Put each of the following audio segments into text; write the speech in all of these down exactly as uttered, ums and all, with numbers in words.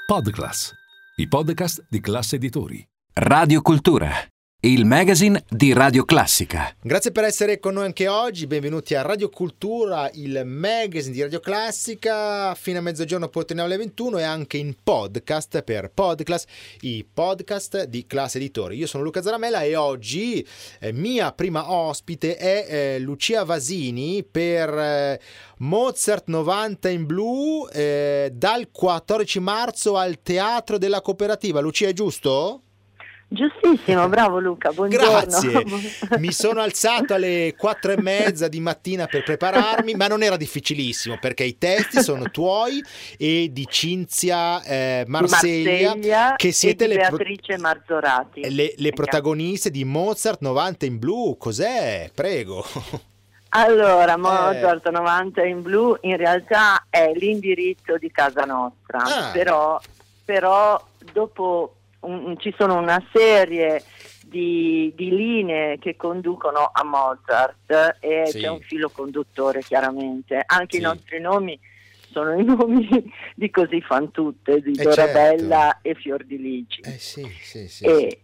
Podclass, i podcast di Classe Editori. Radio Cultura, il magazine di Radio Classica. Grazie per essere con noi anche oggi, benvenuti a Radio Cultura, il magazine di Radio Classica. Fino a mezzogiorno poi torniamo alle ventuno e anche in podcast per Podclass, i podcast di Classe Editori. Io sono Luca Zaramella e oggi eh, mia prima ospite è eh, Lucia Vasini per eh, Mozart novanta in blu eh, dal quattordici marzo al Teatro della Cooperativa. Lucia, è giusto? Giustissimo, bravo Luca, buongiorno. Grazie, mi sono alzato alle quattro e mezza di mattina per prepararmi, ma non era difficilissimo perché i testi sono tuoi e di Cinzia eh, Marseglia, Marseglia, che siete e di le, Beatrice Marzorati. le, le protagoniste di Mozart novanta in blu. Cos'è? Prego. Allora, Mozart eh. novanta in blu in realtà è l'indirizzo di casa nostra, ah. però, però dopo un, ci sono una serie di, di linee che conducono a Mozart e sì. c'è un filo conduttore chiaramente, anche sì. i nostri nomi sono i nomi di Così fan tutte, di eh Dorabella certo. e Fiordiligi. Eh sì, sì, sì. E,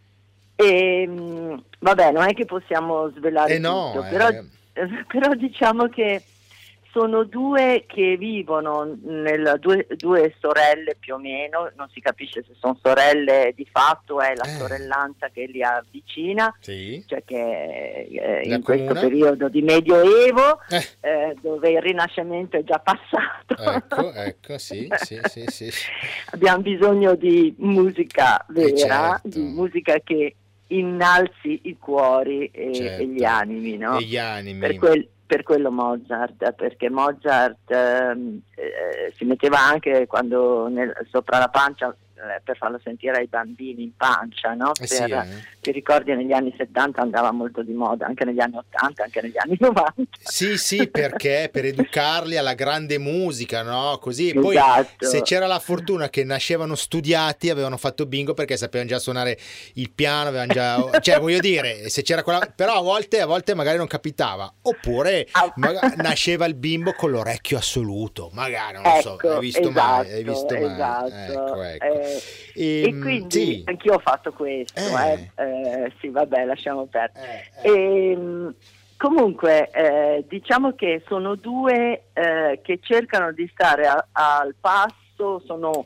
e vabbè, non è che possiamo svelare eh no, tutto, eh. però però diciamo che sono due che vivono nel, due, due sorelle più o meno, non si capisce se sono sorelle di fatto, è la eh. sorellanza che li avvicina, sì. cioè che eh, in comuna. questo periodo di Medioevo eh. eh, dove il Rinascimento è già passato, ecco, ecco, sì, sì, sì, sì. abbiamo bisogno di musica vera, eh certo. di musica che innalzi i cuori e, certo. e gli animi, no? E gli animi. Per, quel, per quello Mozart, perché Mozart ehm, eh, si metteva anche quando nel, sopra la pancia eh, per farlo sentire ai bambini in pancia, no? Eh per, sì, eh. Ti ricordi negli anni settanta andava molto di moda, anche negli anni ottanta, anche negli anni novanta. Sì, sì, perché per educarli alla grande musica, no? Così. E poi Esatto. se c'era la fortuna che nascevano studiati, avevano fatto bingo perché sapevano già suonare il piano, avevano già, cioè voglio dire, se c'era quella, però a volte, a volte magari non capitava, oppure Ah. magari nasceva il bimbo con l'orecchio assoluto, magari non lo Ecco, so, hai visto esatto, mai, hai visto mai. esatto. Ecco, ecco. Eh, E, e quindi sì. anch'io ho fatto questo, Eh. eh. Eh, sì, vabbè, lasciamo perdere. Eh, eh. E, comunque, eh, diciamo che sono due eh, che cercano di stare a, al passo, sono,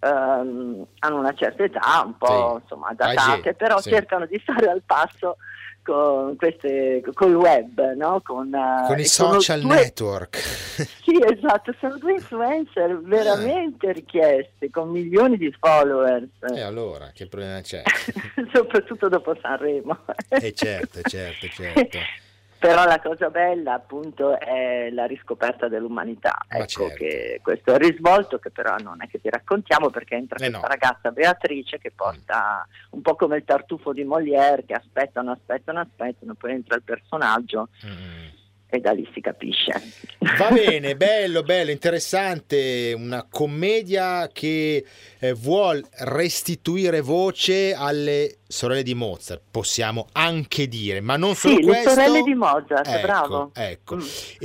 ehm, hanno una certa età, un po' Sì. insomma datate, Ah, sì. però Sì. cercano di stare al passo con queste, col web, no? Con, uh, Con i sono social due, network. sì, esatto, sono due influencer veramente richiesti, con milioni di followers. E allora, che problema c'è? Soprattutto dopo Sanremo. Eh certo, certo, certo. Però la cosa bella appunto è la riscoperta dell'umanità, Ma ecco certo. che questo è il risvolto che però non è che ti raccontiamo, perché entra Eh questa no. ragazza Beatrice che porta un po' come il tartufo di Molière, che aspettano, aspettano, aspettano, poi entra il personaggio Mm. e da lì si capisce. Va bene, bello, bello, interessante, una commedia che eh, vuol restituire voce alle sorelle di Mozart, possiamo anche dire, ma non solo Sì, le questo. sorelle di Mozart, ecco, bravo. Ecco, Mm.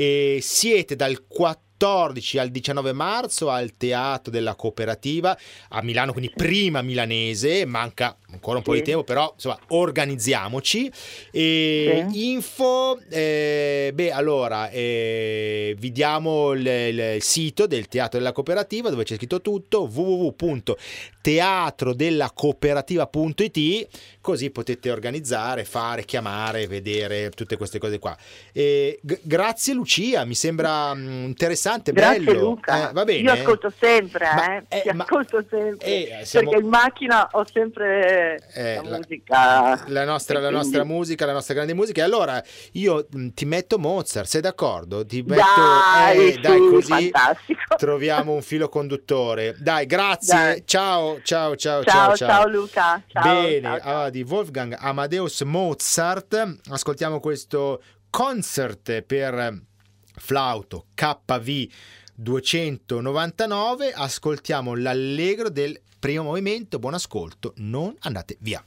e siete dal quattordici al diciannove marzo al Teatro della Cooperativa a Milano, quindi prima milanese, manca ancora un po' Sì. di tempo, però insomma organizziamoci. E Sì. info, eh, beh allora eh, vi diamo il, il sito del Teatro della Cooperativa dove c'è scritto tutto, w w w punto teatro della cooperativa punto i t, così potete organizzare, fare, chiamare, vedere tutte queste cose qua. E, g- grazie Lucia, mi sembra mh, interessante, Grazie bello. Luca, Eh, va bene. io ascolto sempre, Ma- eh, eh, ti ma- ascolto sempre, eh, siamo- perché in macchina ho sempre Eh, la, la- musica. la nostra, e la quindi- nostra musica, la nostra grande musica. E allora io mh, ti metto Mozart, sei d'accordo? Ti metto, Dai, eh, dai, su, così fantastico. troviamo un filo conduttore. Dai, grazie. Dai. Ciao, ciao, ciao, Ciao, ciao, ciao Luca. Ciao, Bene, ciao, ciao. ah, di Wolfgang Amadeus Mozart. Ascoltiamo questo concert per flauto K V duecentonovantanove. Ascoltiamo l'allegro del primo movimento. Buon ascolto, non andate via.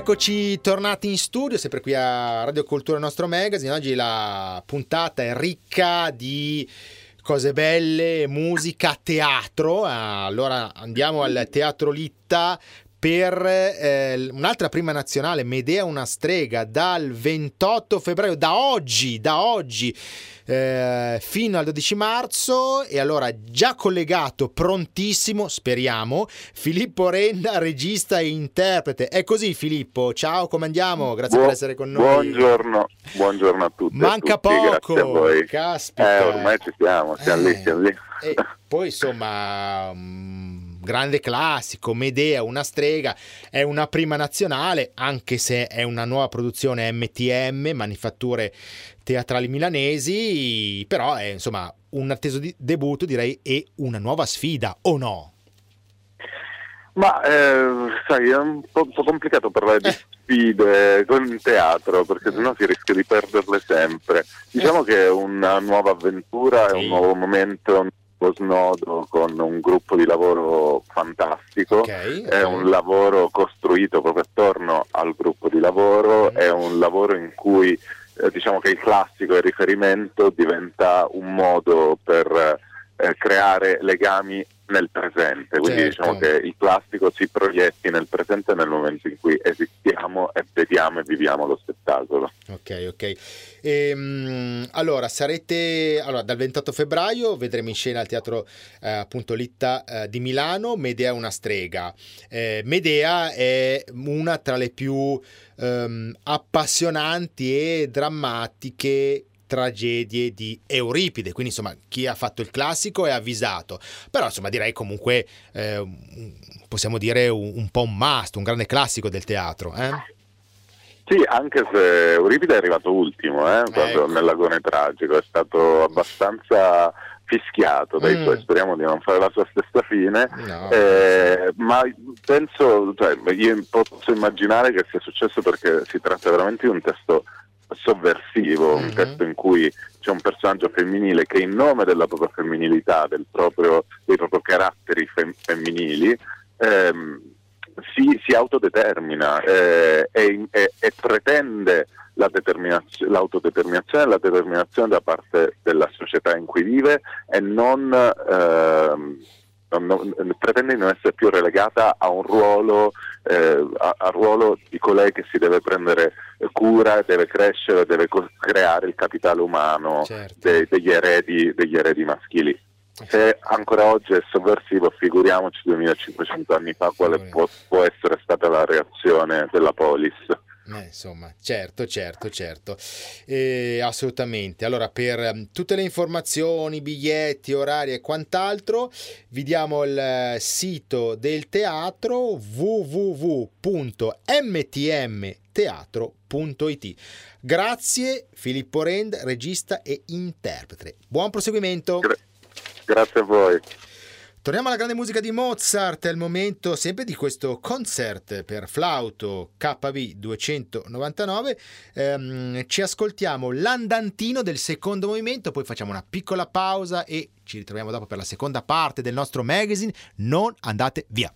Eccoci tornati in studio, sempre qui a Radio Cultura, il nostro magazine. Oggi la puntata è ricca di cose belle, musica, teatro. Allora andiamo al Teatro Litta per eh, un'altra prima nazionale, Medea una strega, dal ventotto febbraio, da oggi, da oggi eh, fino al dodici marzo. E allora già collegato, prontissimo, speriamo, Filippo Renda, regista e interprete. È così, Filippo, ciao, come andiamo? Grazie Buon, per essere con noi. Buongiorno, buongiorno a tutti. Manca a tutti, poco, grazie a voi. caspita. Eh, ormai ci siamo, siamo Eh, lì, siamo lì. E poi insomma, un grande classico, Medea una strega, è una prima nazionale, anche se è una nuova produzione M T M, Manifatture Teatrali Milanesi, però è insomma un atteso di debutto, direi, e una nuova sfida, o no? Ma eh, sai, è un po', un po' complicato parlare di Eh. sfide con il teatro, perché sennò si rischia di perderle sempre. Diciamo che è una nuova avventura, è Sì. un nuovo momento, un nuovo snodo con un gruppo di lavoro fantastico. Ok, È ok. un lavoro costruito proprio attorno al gruppo di lavoro, Mm. è un lavoro in cui eh, diciamo che il classico e il riferimento diventa un modo per eh, creare legami nel presente, quindi Certo. diciamo che il classico si proietti nel presente nel momento in cui esistiamo e vediamo e viviamo lo spettacolo. Ok, ok. Ehm, allora, sarete allora, dal ventotto febbraio vedremo in scena al Teatro eh, appunto Litta eh, di Milano Medea una strega. Eh, Medea è una tra le più ehm, appassionanti e drammatiche tragedie di Euripide, quindi insomma chi ha fatto il classico è avvisato, però insomma direi comunque eh, un- possiamo dire un, un po' un must, un grande classico del teatro, eh? Sì, anche se Euripide è arrivato ultimo, eh, proprio Ecco. nell'agone tragico, è stato abbastanza fischiato dai Mm. suoi, speriamo di non fare la sua stessa fine, No. eh, ma penso, cioè, io posso immaginare che sia successo perché si tratta veramente di un testo sovversivo, Mhm. un testo in cui c'è un personaggio femminile che in nome della propria femminilità, del proprio, dei propri caratteri fem- femminili, ehm, si, si autodetermina eh, e, e- e pretende la determinazio- l'autodeterminazione e la determinazione da parte della società in cui vive e non, ehm, non- non- pretende di non essere più relegata a un ruolo, eh, a- al ruolo di colei che si deve prendere cura, deve crescere, deve co- creare il capitale umano Certo. de- degli eredi, degli eredi maschili. Se ancora oggi è sovversivo, figuriamoci duemilacinquecento anni fa quale può, può essere stata la reazione della polis. Eh, insomma, certo, certo, certo, Eh, assolutamente. Allora, per ehm, tutte le informazioni, biglietti, orari e quant'altro, vi diamo il eh, sito del teatro w w w punto m t m teatro punto i t. Grazie Filippo Rend, regista e interprete. Buon proseguimento. Gra- grazie a voi. Torniamo alla grande musica di Mozart, è il momento sempre di questo concert per flauto K V duecentonovantanove. Ehm, ci ascoltiamo l'andantino del secondo movimento, poi facciamo una piccola pausa e ci ritroviamo dopo per la seconda parte del nostro magazine. Non andate via.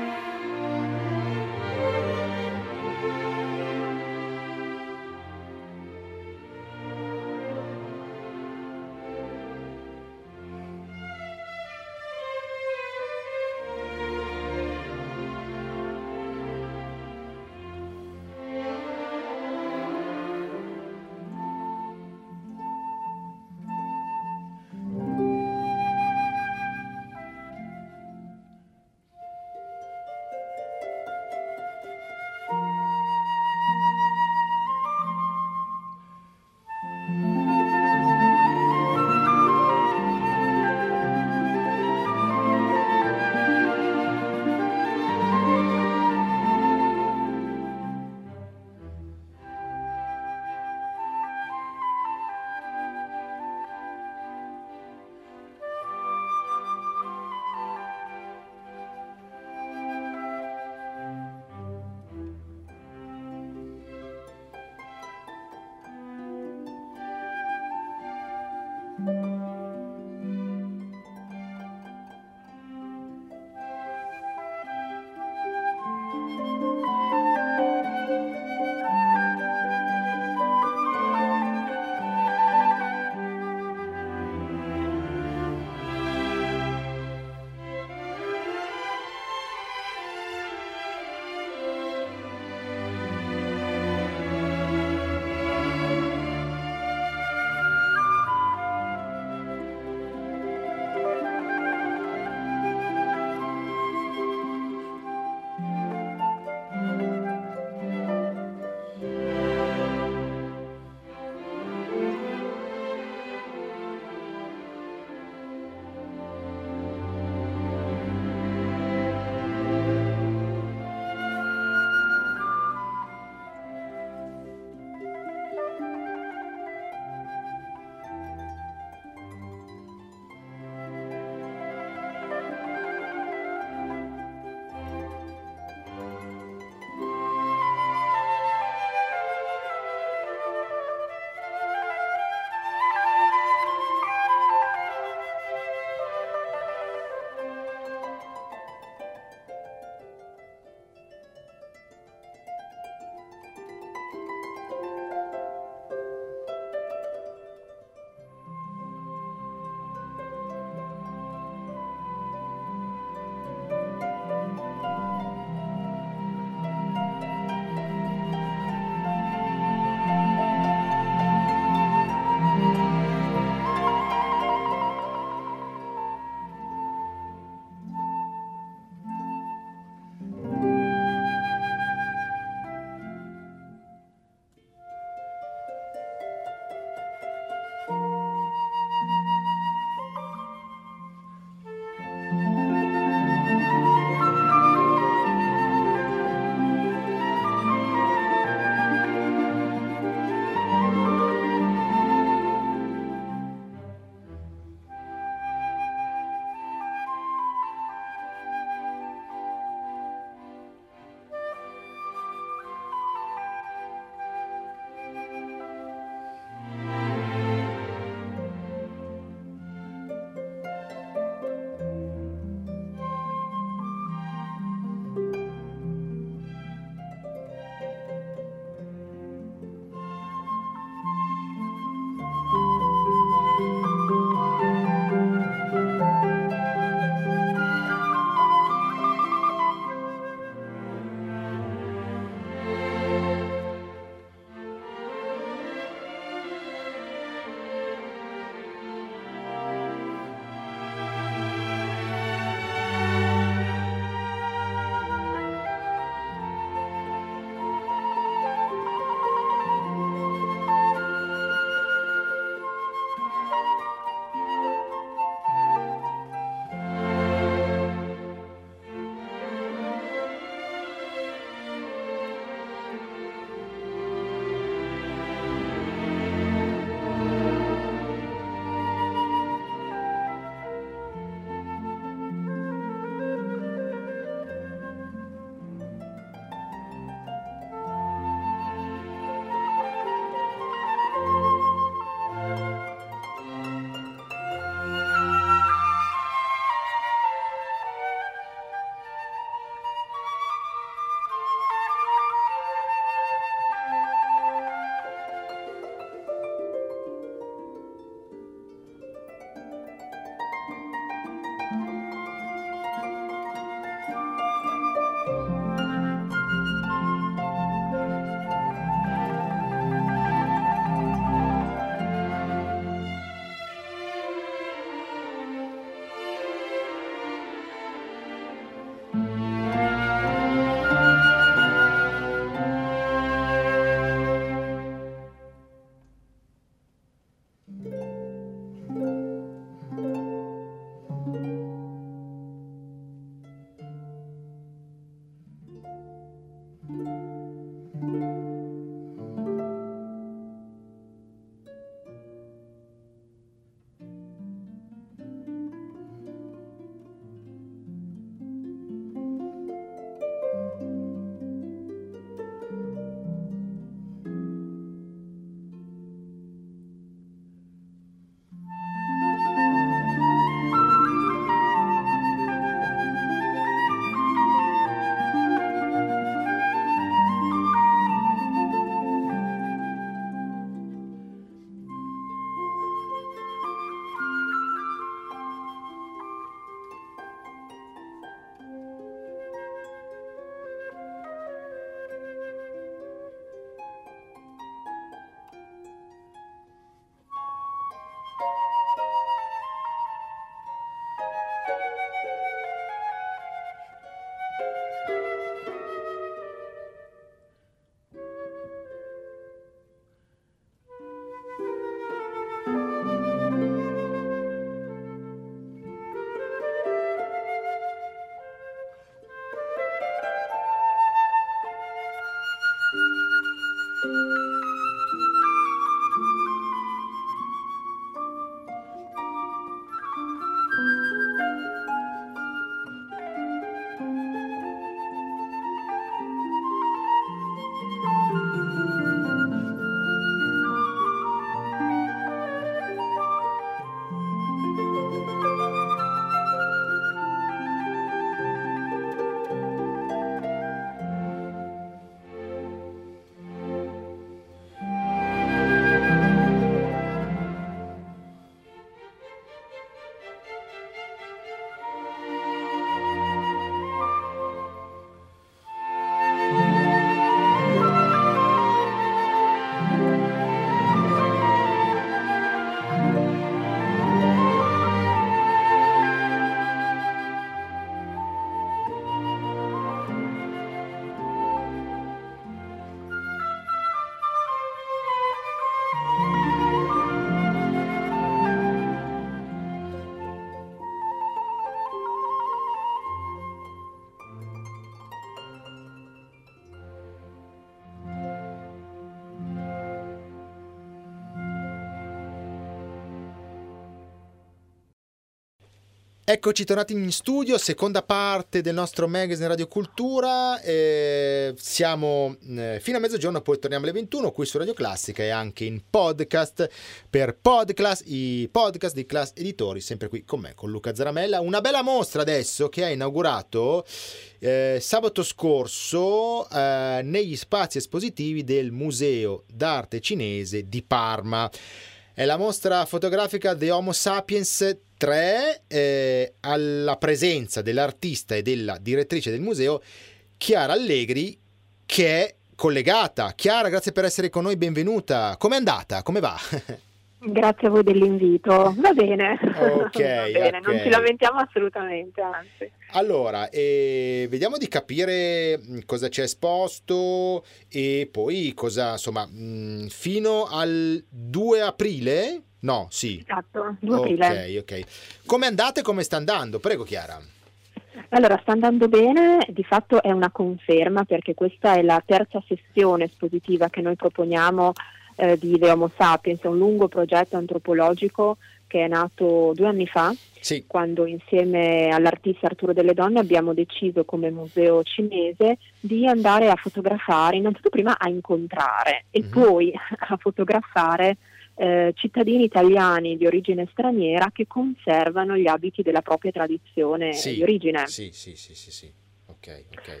Eccoci tornati in studio, seconda parte del nostro magazine Radio Cultura, eh, siamo eh, fino a mezzogiorno, poi torniamo alle ventuno qui su Radio Classica e anche in podcast per Podclass, i podcast di Class Editori, sempre qui con me, con Luca Zaramella. Una bella mostra adesso che ha inaugurato eh, sabato scorso eh, negli spazi espositivi del Museo d'Arte Cinese di Parma. È la mostra fotografica The Homo Sapiens tre, eh, alla presenza dell'artista e della direttrice del museo Chiara Allegri, che è collegata. Chiara, grazie per essere con noi, benvenuta. Com'è andata? Come va? Grazie a voi dell'invito. Va bene, Ok, va bene, ok. non ci lamentiamo assolutamente, anzi. Allora, eh, vediamo di capire cosa c'è esposto e poi cosa, insomma, mh, fino al due aprile? No, sì. Esatto, due aprile. Ok, ok. Come andate e come sta andando? Prego, Chiara. Allora, sta andando bene, di fatto è una conferma perché questa è la terza sessione espositiva che noi proponiamo eh, di The Homo Sapiens, è un lungo progetto antropologico che è nato due anni fa, Sì. quando insieme all'artista Arturo Delle Donne abbiamo deciso come museo cinese di andare a fotografare, innanzitutto prima a incontrare e Mhm. poi a fotografare eh, cittadini italiani di origine straniera che conservano gli abiti della propria tradizione Sì, di origine. Sì, sì, sì, sì, sì. Ok, ok.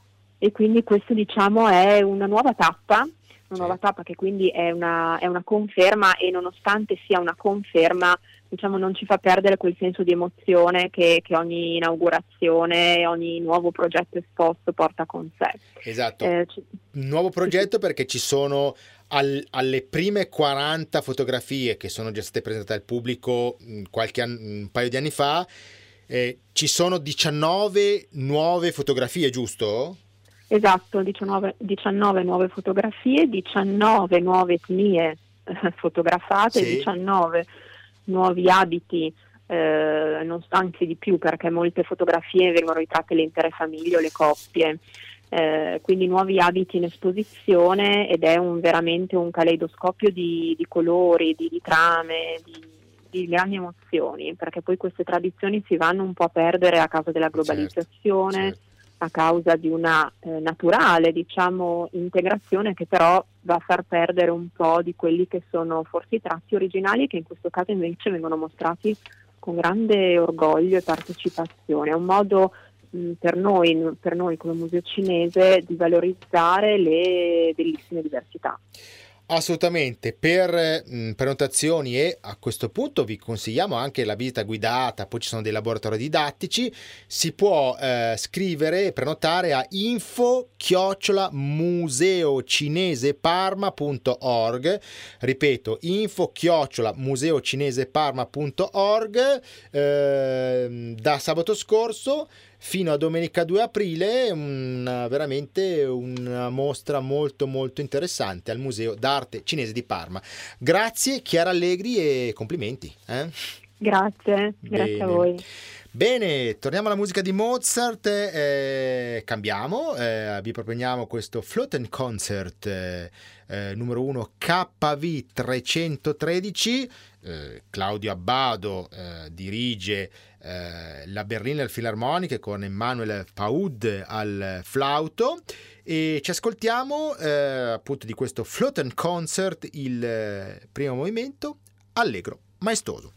E quindi questo, diciamo, è una nuova tappa, una Sì. nuova tappa che quindi è una, è una conferma, e nonostante sia una conferma, diciamo, non ci fa perdere quel senso di emozione che, che ogni inaugurazione, ogni nuovo progetto esposto porta con sé. Esatto. Eh, ci- Un nuovo progetto perché ci sono al- alle prime quaranta fotografie che sono già state presentate al pubblico mh, qualche an- un paio di anni fa, eh, ci sono diciannove nuove fotografie, giusto? Esatto, diciannove, diciannove nuove fotografie, diciannove nuove etnie eh, fotografate, Sì. diciannove nuovi abiti, eh, non, anzi di più, perché molte fotografie vengono ritratte le intere famiglie o le coppie. eh, quindi nuovi abiti in esposizione, ed è un, veramente un caleidoscopio di, di colori, di, di trame, di, di grandi emozioni, perché poi queste tradizioni si vanno un po' a perdere a causa della globalizzazione, certo, certo. a causa di una eh, naturale, diciamo, integrazione che però va a far perdere un po' di quelli che sono forse i tratti originali, che in questo caso invece vengono mostrati con grande orgoglio e partecipazione. È un modo mh, per noi, per noi come museo cinese, di valorizzare le bellissime diversità. Assolutamente, per mh, prenotazioni, e a questo punto vi consigliamo anche la visita guidata, poi ci sono dei laboratori didattici, si può eh, scrivere e prenotare a info chiocciola museocineseparma punto org, ripeto, info chiocciola museocineseparma punto org, eh, da sabato scorso fino a domenica due aprile, una, veramente una mostra molto molto interessante al Museo d'Arte Cinese di Parma. Grazie Chiara Allegri e complimenti. Eh? Grazie, grazie Bene. a voi. Bene, torniamo alla musica di Mozart, eh, cambiamo, eh, vi proponiamo questo Flötenkonzert eh, eh, numero uno K V trecentotredici, eh, Claudio Abbado eh, dirige eh, la Berliner Philharmonic con Emmanuel Paud al flauto, e ci ascoltiamo eh, appunto di questo Flötenkonzert il eh, primo movimento, allegro, maestoso.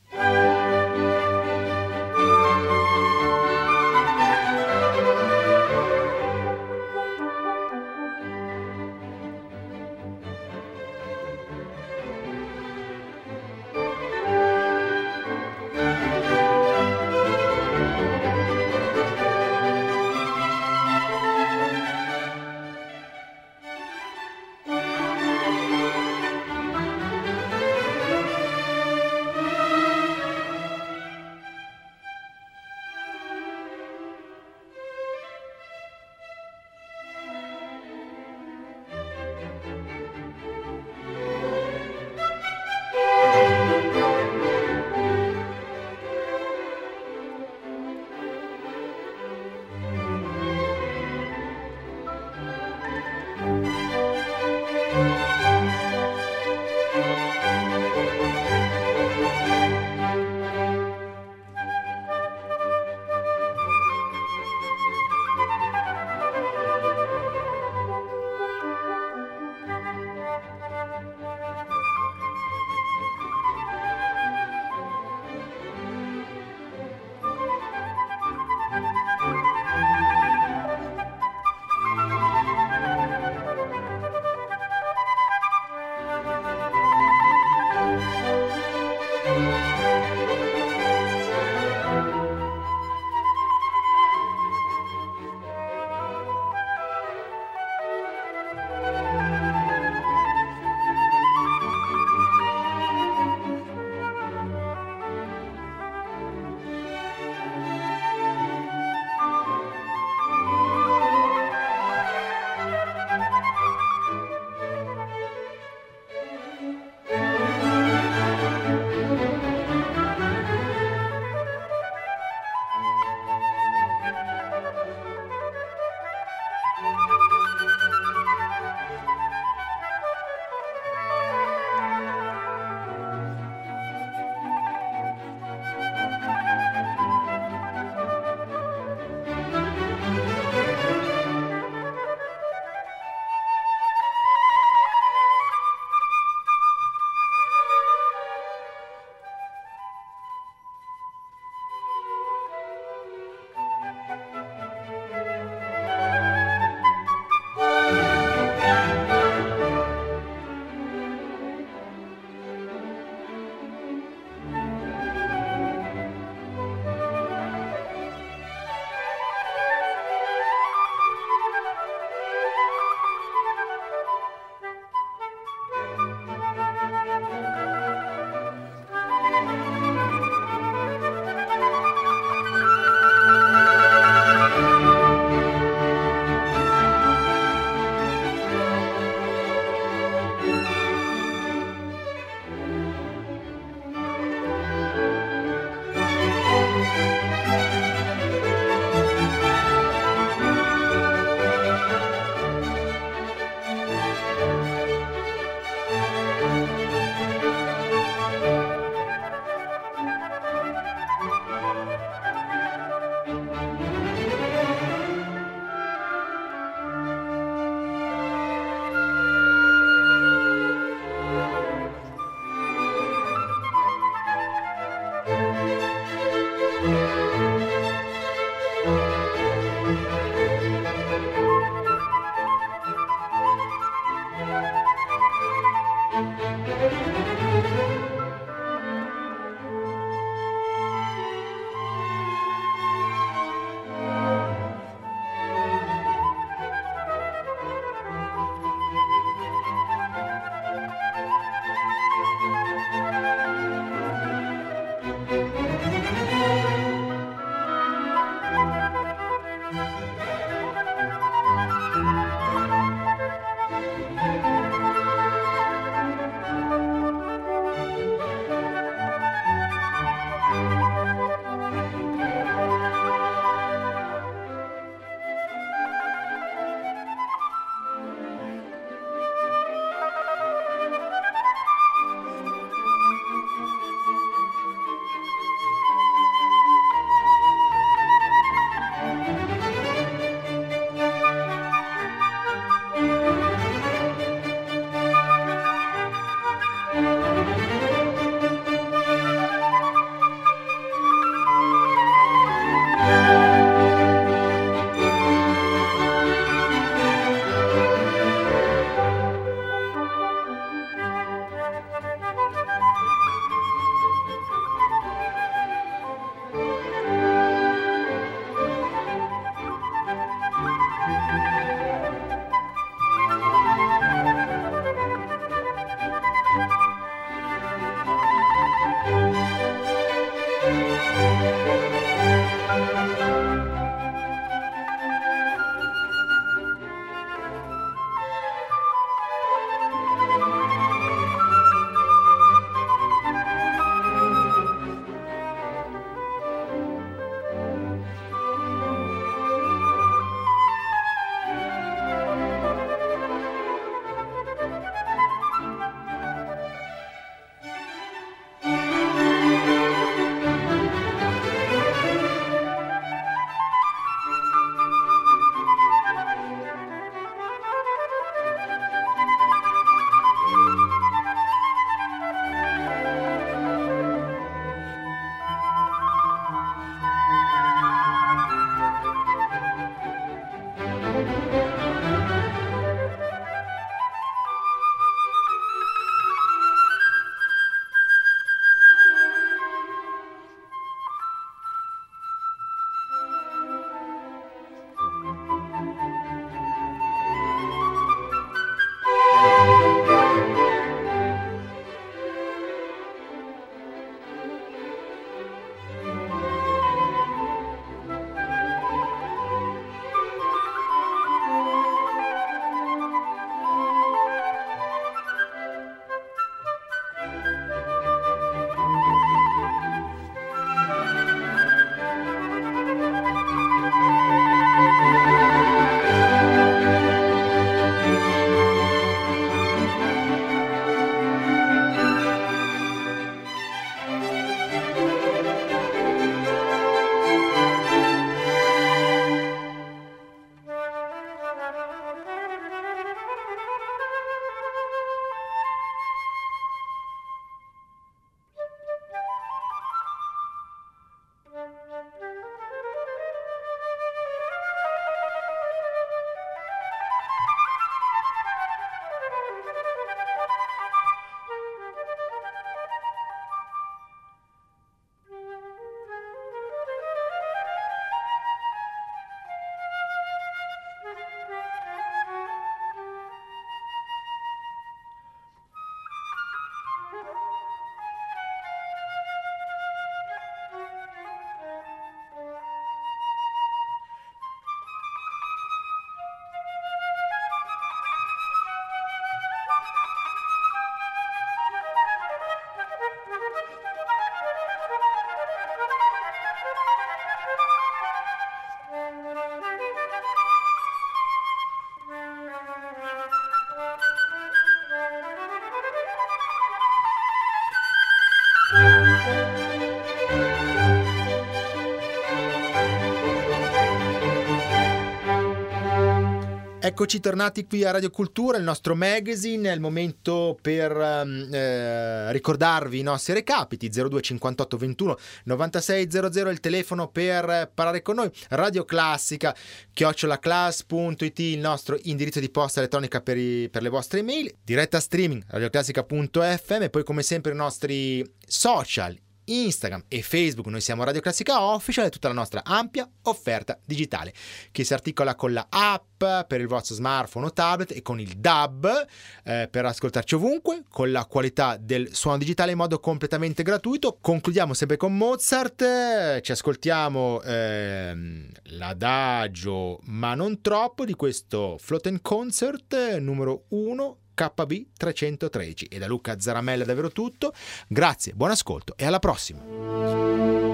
Eccoci tornati qui a Radio Cultura, il nostro magazine. È il momento per eh, ricordarvi i nostri recapiti. Zero due cinquantotto ventuno novantasei zero zero è il telefono per parlare con noi. Radio Classica chiocciolaclass punto it il nostro indirizzo di posta elettronica per, i, per le vostre email. Diretta streaming radioclassica punto effe emme. Poi come sempre i nostri social Instagram e Facebook, noi siamo Radio Classica Official, e tutta la nostra ampia offerta digitale che si articola con la app per il vostro smartphone o tablet e con il D A B eh, per ascoltarci ovunque con la qualità del suono digitale in modo completamente gratuito. Concludiamo sempre con Mozart, ci ascoltiamo ehm, l'adagio ma non troppo di questo Flotten Concert numero uno K B trecentotredici. E da Luca Zaramella è davvero tutto. Grazie, buon ascolto e alla prossima.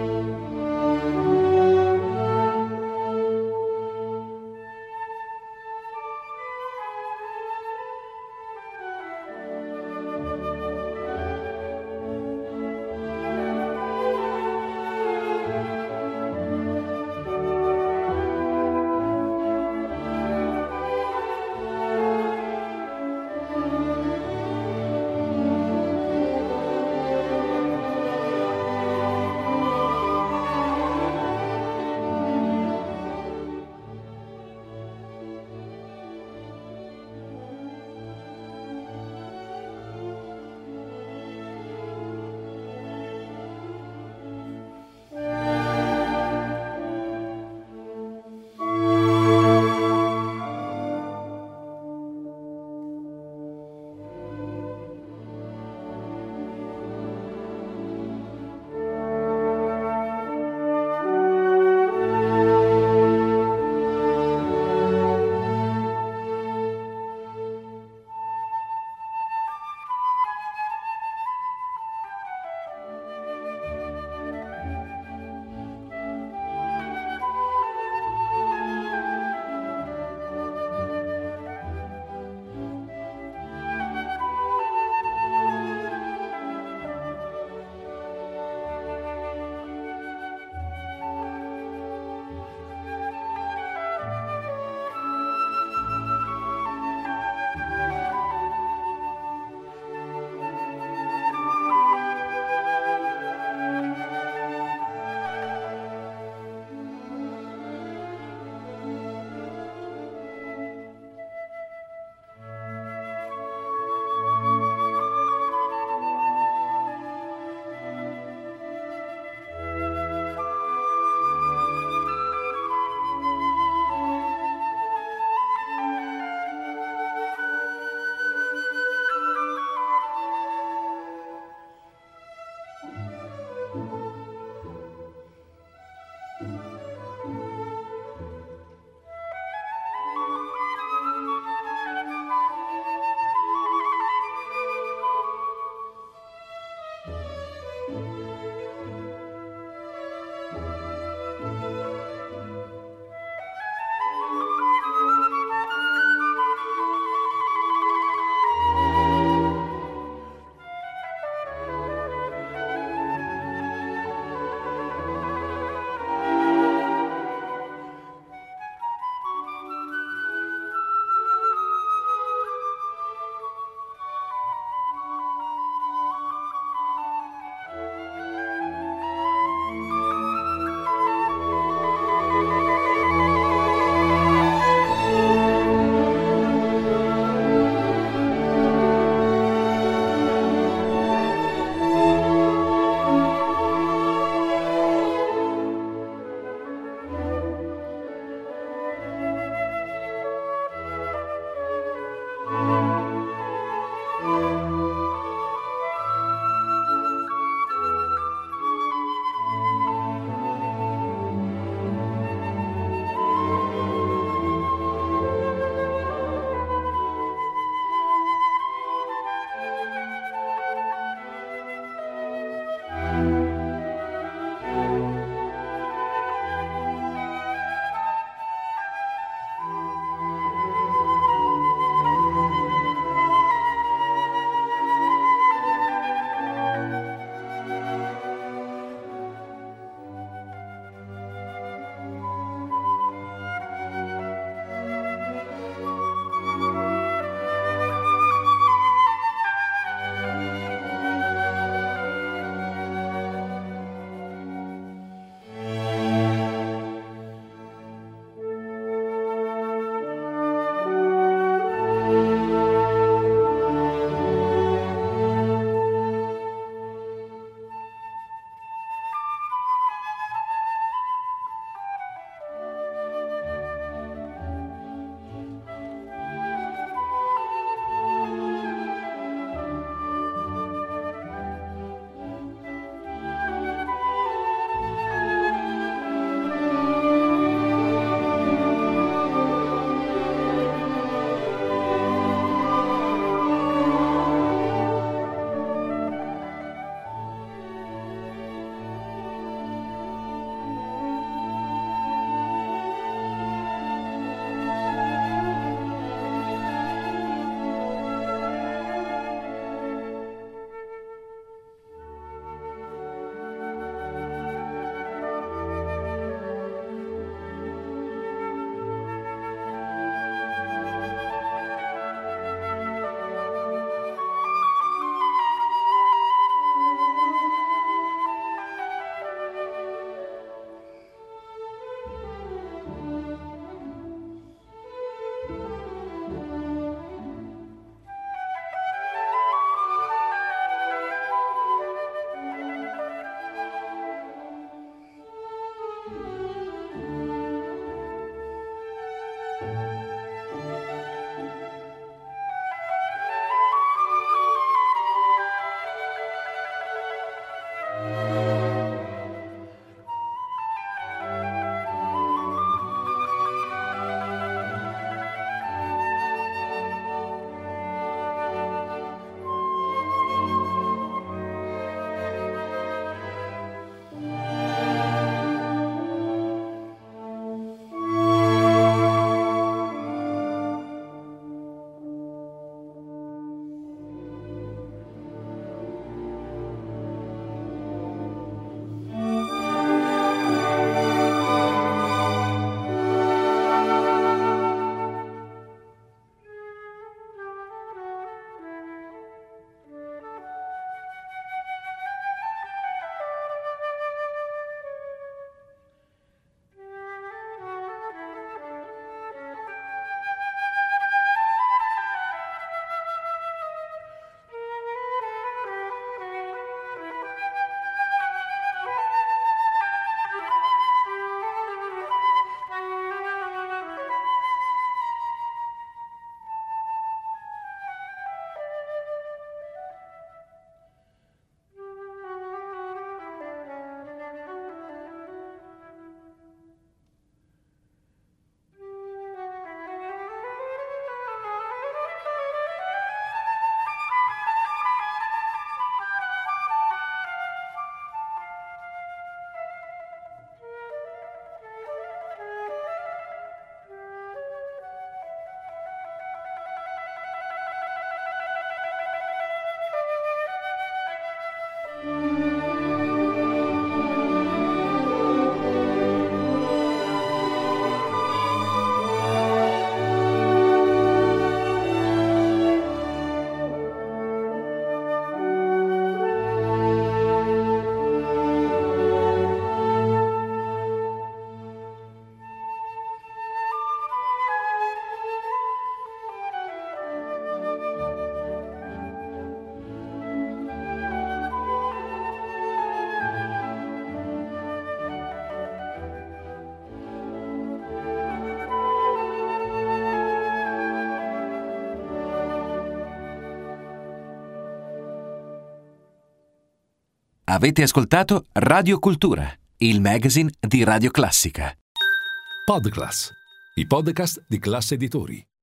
Avete ascoltato Radio Cultura, il magazine di Radio Classica. Podclass, i podcast di Classe Editori.